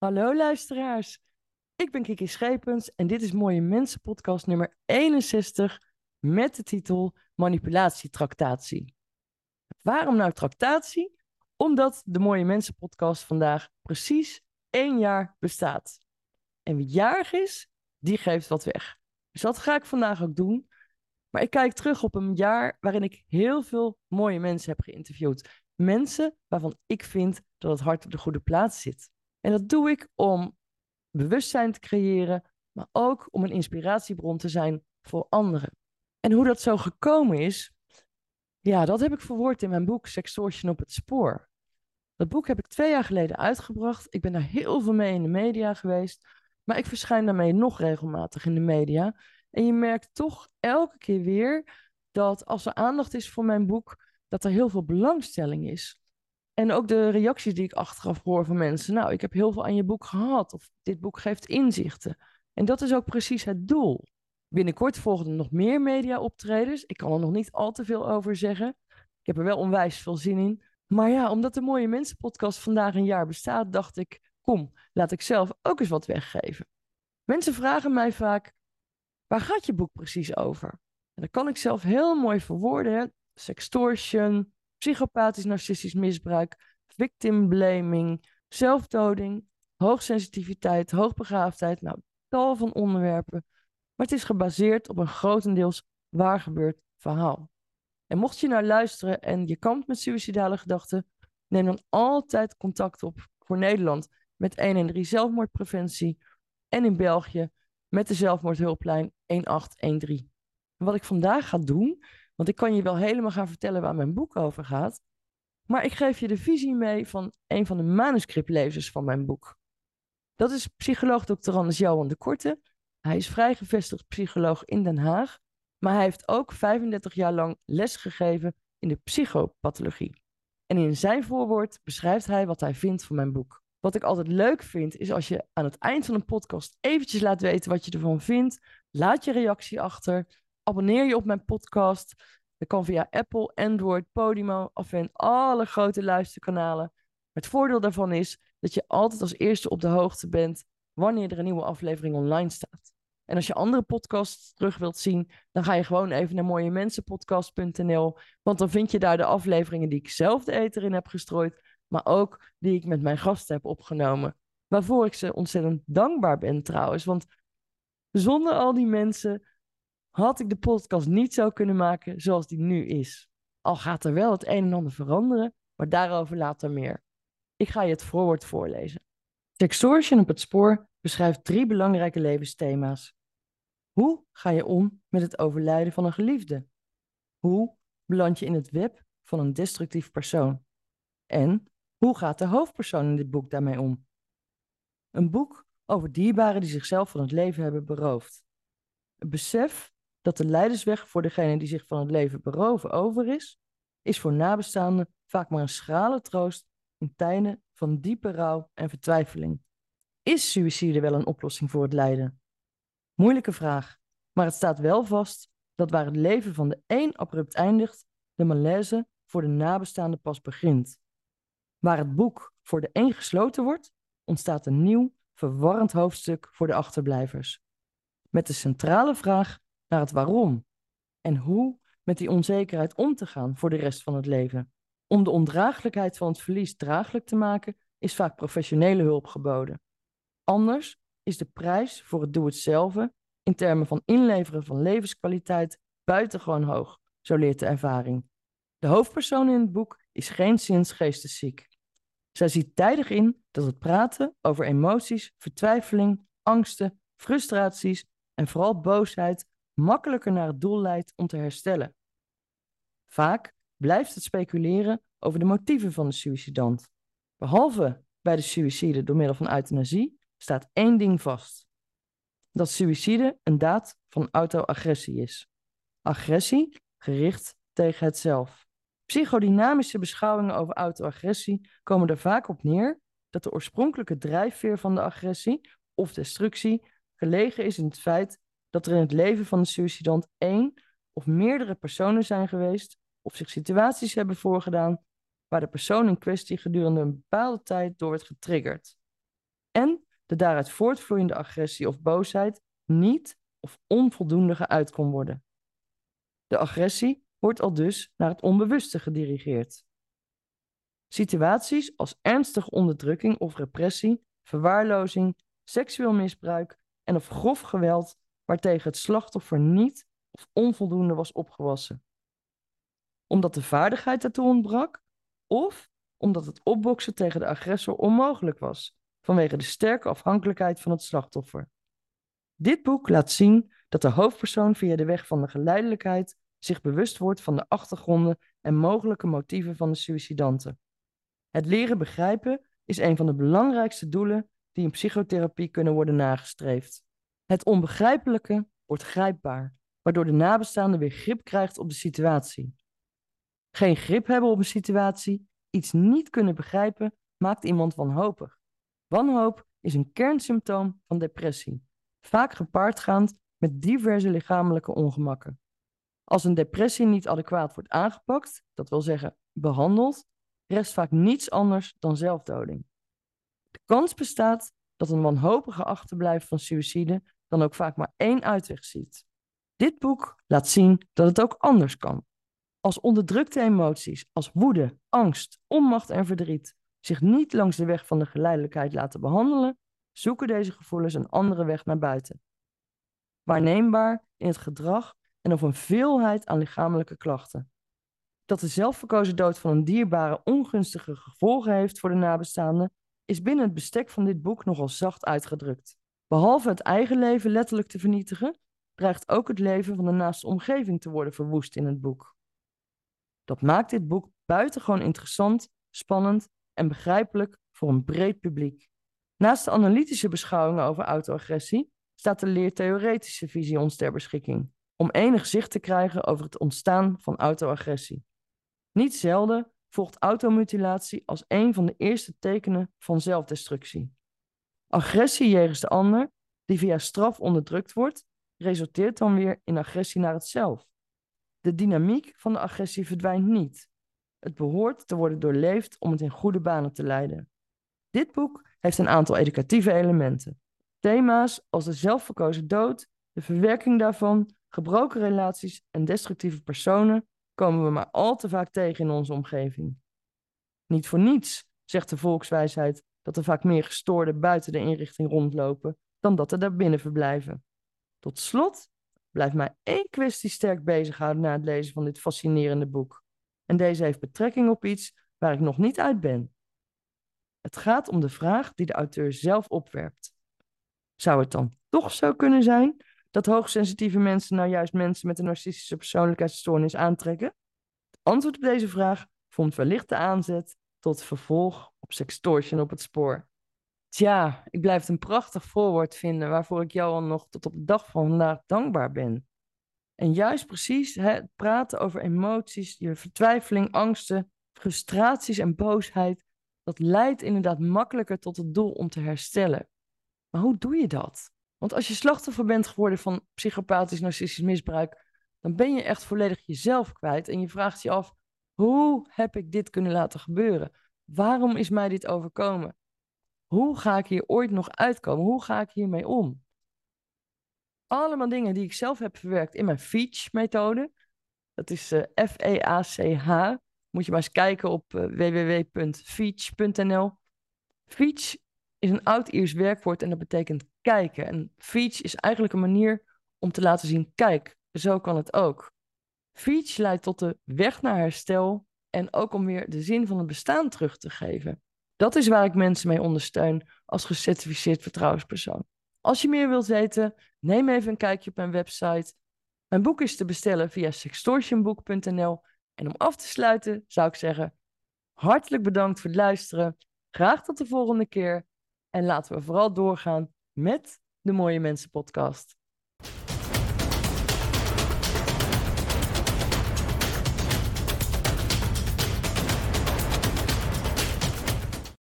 Hallo luisteraars, ik ben Kiki Schepens en dit is Mooie Mensen podcast nummer 61 met de titel Manipulatietractatie. Waarom nou tractatie? Omdat de Mooie Mensen podcast vandaag precies 1 jaar bestaat. En wie jarig is, die geeft wat weg. Dus dat ga ik vandaag ook doen. Maar ik kijk terug op een jaar waarin ik heel veel mooie mensen heb geïnterviewd. Mensen waarvan ik vind dat het hart op de goede plaats zit. En dat doe ik om bewustzijn te creëren, maar ook om een inspiratiebron te zijn voor anderen. En hoe dat zo gekomen is, ja, dat heb ik verwoord in mijn boek Sextortion op het spoor. Dat boek heb ik 2 jaar geleden uitgebracht. Ik ben daar heel veel mee in de media geweest, maar ik verschijn daarmee nog regelmatig in de media. En je merkt toch elke keer weer dat als er aandacht is voor mijn boek, dat er heel veel belangstelling is. En ook de reacties die ik achteraf hoor van mensen. Nou, ik heb heel veel aan je boek gehad. Of dit boek geeft inzichten. En dat is ook precies het doel. Binnenkort volgen er nog meer media-optredens. Ik kan er nog niet al te veel over zeggen. Ik heb er wel onwijs veel zin in. Maar ja, omdat de Mooie Mensen podcast vandaag 1 jaar bestaat, dacht ik, kom, laat ik zelf ook eens wat weggeven. Mensen vragen mij vaak, waar gaat je boek precies over? En dat kan ik zelf heel mooi verwoorden. Hè? Sextortion, psychopathisch narcistisch misbruik, victim blaming, zelfdoding, hoogsensitiviteit, hoogbegaafdheid. Nou, tal van onderwerpen. Maar het is gebaseerd op een grotendeels waar gebeurd verhaal. En mocht je nou luisteren en je kampt met suïcidale gedachten, neem dan altijd contact op voor Nederland met 113 zelfmoordpreventie en in België met de zelfmoordhulplijn 1813. En wat ik vandaag ga doen, want ik kan je wel helemaal gaan vertellen waar mijn boek over gaat, maar ik geef je de visie mee van een van de manuscriptlezers van mijn boek. Dat is psycholoog Dr. Anders Johan de Korte. Hij is vrijgevestigd psycholoog in Den Haag, maar hij heeft ook 35 jaar lang lesgegeven in de psychopathologie. En in zijn voorwoord beschrijft hij wat hij vindt van mijn boek. Wat ik altijd leuk vind, is als je aan het eind van een podcast eventjes laat weten wat je ervan vindt. Laat je reactie achter. Abonneer je op mijn podcast. Dat kan via Apple, Android, Podimo of in alle grote luisterkanalen. Het voordeel daarvan is dat je altijd als eerste op de hoogte bent wanneer er een nieuwe aflevering online staat. En als je andere podcasts terug wilt zien, dan ga je gewoon even naar mooiemensenpodcast.nl, want dan vind je daar de afleveringen die ik zelf de ether in heb gestrooid, maar ook die ik met mijn gasten heb opgenomen. Waarvoor ik ze ontzettend dankbaar ben trouwens, want zonder al die mensen had ik de podcast niet zo kunnen maken zoals die nu is. Al gaat er wel het een en ander veranderen, maar daarover later meer. Ik ga je het voorwoord voorlezen. Sextortion op het spoor beschrijft 3 belangrijke levensthema's. Hoe ga je om met het overlijden van een geliefde? Hoe beland je in het web van een destructief persoon? En hoe gaat de hoofdpersoon in dit boek daarmee om? Een boek over dierbaren die zichzelf van het leven hebben beroofd. Het besef dat de lijdensweg voor degene die zich van het leven beroven over is voor nabestaanden vaak maar een schrale troost in tijden van diepe rouw en vertwijfeling. Is suïcide wel een oplossing voor het lijden? Moeilijke vraag, maar het staat wel vast dat waar het leven van de een abrupt eindigt, de malaise voor de nabestaanden pas begint. Waar het boek voor de een gesloten wordt, ontstaat een nieuw, verwarrend hoofdstuk voor de achterblijvers. Met de centrale vraag naar het waarom en hoe met die onzekerheid om te gaan voor de rest van het leven. Om de ondraaglijkheid van het verlies draaglijk te maken, is vaak professionele hulp geboden. Anders is de prijs voor het doe-het-zelven in termen van inleveren van levenskwaliteit buitengewoon hoog, zo leert de ervaring. De hoofdpersoon in het boek is geenszins geestesziek. Zij ziet tijdig in dat het praten over emoties, vertwijfeling, angsten, frustraties en vooral boosheid makkelijker naar het doel leidt om te herstellen. Vaak blijft het speculeren over de motieven van de suïcidant. Behalve bij de suïcide door middel van euthanasie staat 1 ding vast: dat suïcide een daad van auto-agressie is. Agressie gericht tegen het zelf. Psychodynamische beschouwingen over auto-agressie komen er vaak op neer dat de oorspronkelijke drijfveer van de agressie of destructie gelegen is in het feit dat er in het leven van de suïcidant 1 of meerdere personen zijn geweest of zich situaties hebben voorgedaan waar de persoon in kwestie gedurende een bepaalde tijd door werd getriggerd. en de daaruit voortvloeiende agressie of boosheid niet of onvoldoende geuit kon worden. De agressie wordt al dus naar het onbewuste gedirigeerd. Situaties als ernstige onderdrukking of repressie, verwaarlozing, seksueel misbruik en of grof geweld waartegen het slachtoffer niet of onvoldoende was opgewassen. Omdat de vaardigheid daartoe ontbrak of omdat het opboksen tegen de agressor onmogelijk was vanwege de sterke afhankelijkheid van het slachtoffer. Dit boek laat zien dat de hoofdpersoon via de weg van de geleidelijkheid zich bewust wordt van de achtergronden en mogelijke motieven van de suïcidanten. Het leren begrijpen is een van de belangrijkste doelen die in psychotherapie kunnen worden nagestreefd. Het onbegrijpelijke wordt grijpbaar, waardoor de nabestaande weer grip krijgt op de situatie. Geen grip hebben op een situatie, iets niet kunnen begrijpen, maakt iemand wanhopig. Wanhoop is een kernsymptoom van depressie, vaak gepaardgaand met diverse lichamelijke ongemakken. Als een depressie niet adequaat wordt aangepakt, dat wil zeggen behandeld, rest vaak niets anders dan zelfdoding. De kans bestaat dat een wanhopige achterblijver van suïcide dan ook vaak maar één uitweg ziet. Dit boek laat zien dat het ook anders kan. Als onderdrukte emoties als woede, angst, onmacht en verdriet zich niet langs de weg van de geleidelijkheid laten behandelen, zoeken deze gevoelens een andere weg naar buiten. Waarneembaar in het gedrag en of een veelheid aan lichamelijke klachten. Dat de zelfverkozen dood van een dierbare ongunstige gevolgen heeft voor de nabestaanden, is binnen het bestek van dit boek nogal zacht uitgedrukt. Behalve het eigen leven letterlijk te vernietigen, dreigt ook het leven van de naaste omgeving te worden verwoest in het boek. Dat maakt dit boek buitengewoon interessant, spannend en begrijpelijk voor een breed publiek. Naast de analytische beschouwingen over auto-agressie staat de leertheoretische visie ons ter beschikking, om enig zicht te krijgen over het ontstaan van auto-agressie. Niet zelden volgt automutilatie als een van de eerste tekenen van zelfdestructie. Agressie jegens de ander, die via straf onderdrukt wordt, resulteert dan weer in agressie naar het zelf. De dynamiek van de agressie verdwijnt niet. Het behoort te worden doorleefd om het in goede banen te leiden. Dit boek heeft een aantal educatieve elementen. Thema's als de zelfverkozen dood, de verwerking daarvan, gebroken relaties en destructieve personen komen we maar al te vaak tegen in onze omgeving. Niet voor niets zegt de volkswijsheid dat er vaak meer gestoorden buiten de inrichting rondlopen dan dat er daarbinnen verblijven. Tot slot blijft mij één kwestie sterk bezighouden na het lezen van dit fascinerende boek. En deze heeft betrekking op iets waar ik nog niet uit ben. Het gaat om de vraag die de auteur zelf opwerpt. Zou het dan toch zo kunnen zijn dat hoogsensitieve mensen nou juist mensen met een narcistische persoonlijkheidsstoornis aantrekken? Het antwoord op deze vraag vormt wellicht de aanzet tot vervolg op Sextortion op het spoor. Tja, ik blijf het een prachtig voorwoord vinden waarvoor ik jou al nog tot op de dag van vandaag dankbaar ben. En juist precies het praten over emoties, je vertwijfeling, angsten, frustraties en boosheid, dat leidt inderdaad makkelijker tot het doel om te herstellen. Maar hoe doe je dat? Want als je slachtoffer bent geworden van psychopathisch narcistisch misbruik, dan ben je echt volledig jezelf kwijt en je vraagt je af, hoe heb ik dit kunnen laten gebeuren? Waarom is mij dit overkomen? Hoe ga ik hier ooit nog uitkomen? Hoe ga ik hiermee om? Allemaal dingen die ik zelf heb verwerkt in mijn FEACH-methode. Dat is F-E-A-C-H. Moet je maar eens kijken op www.feach.nl. Feach is een oud-Iers werkwoord en dat betekent kijken. En feach is eigenlijk een manier om te laten zien, kijk, zo kan het ook. Feach leidt tot de weg naar herstel en ook om weer de zin van het bestaan terug te geven. Dat is waar ik mensen mee ondersteun als gecertificeerd vertrouwenspersoon. Als je meer wilt weten, neem even een kijkje op mijn website. Mijn boek is te bestellen via sextortionboek.nl. En om af te sluiten zou ik zeggen, hartelijk bedankt voor het luisteren. Graag tot de volgende keer. En laten we vooral doorgaan met de Mooie Mensen podcast.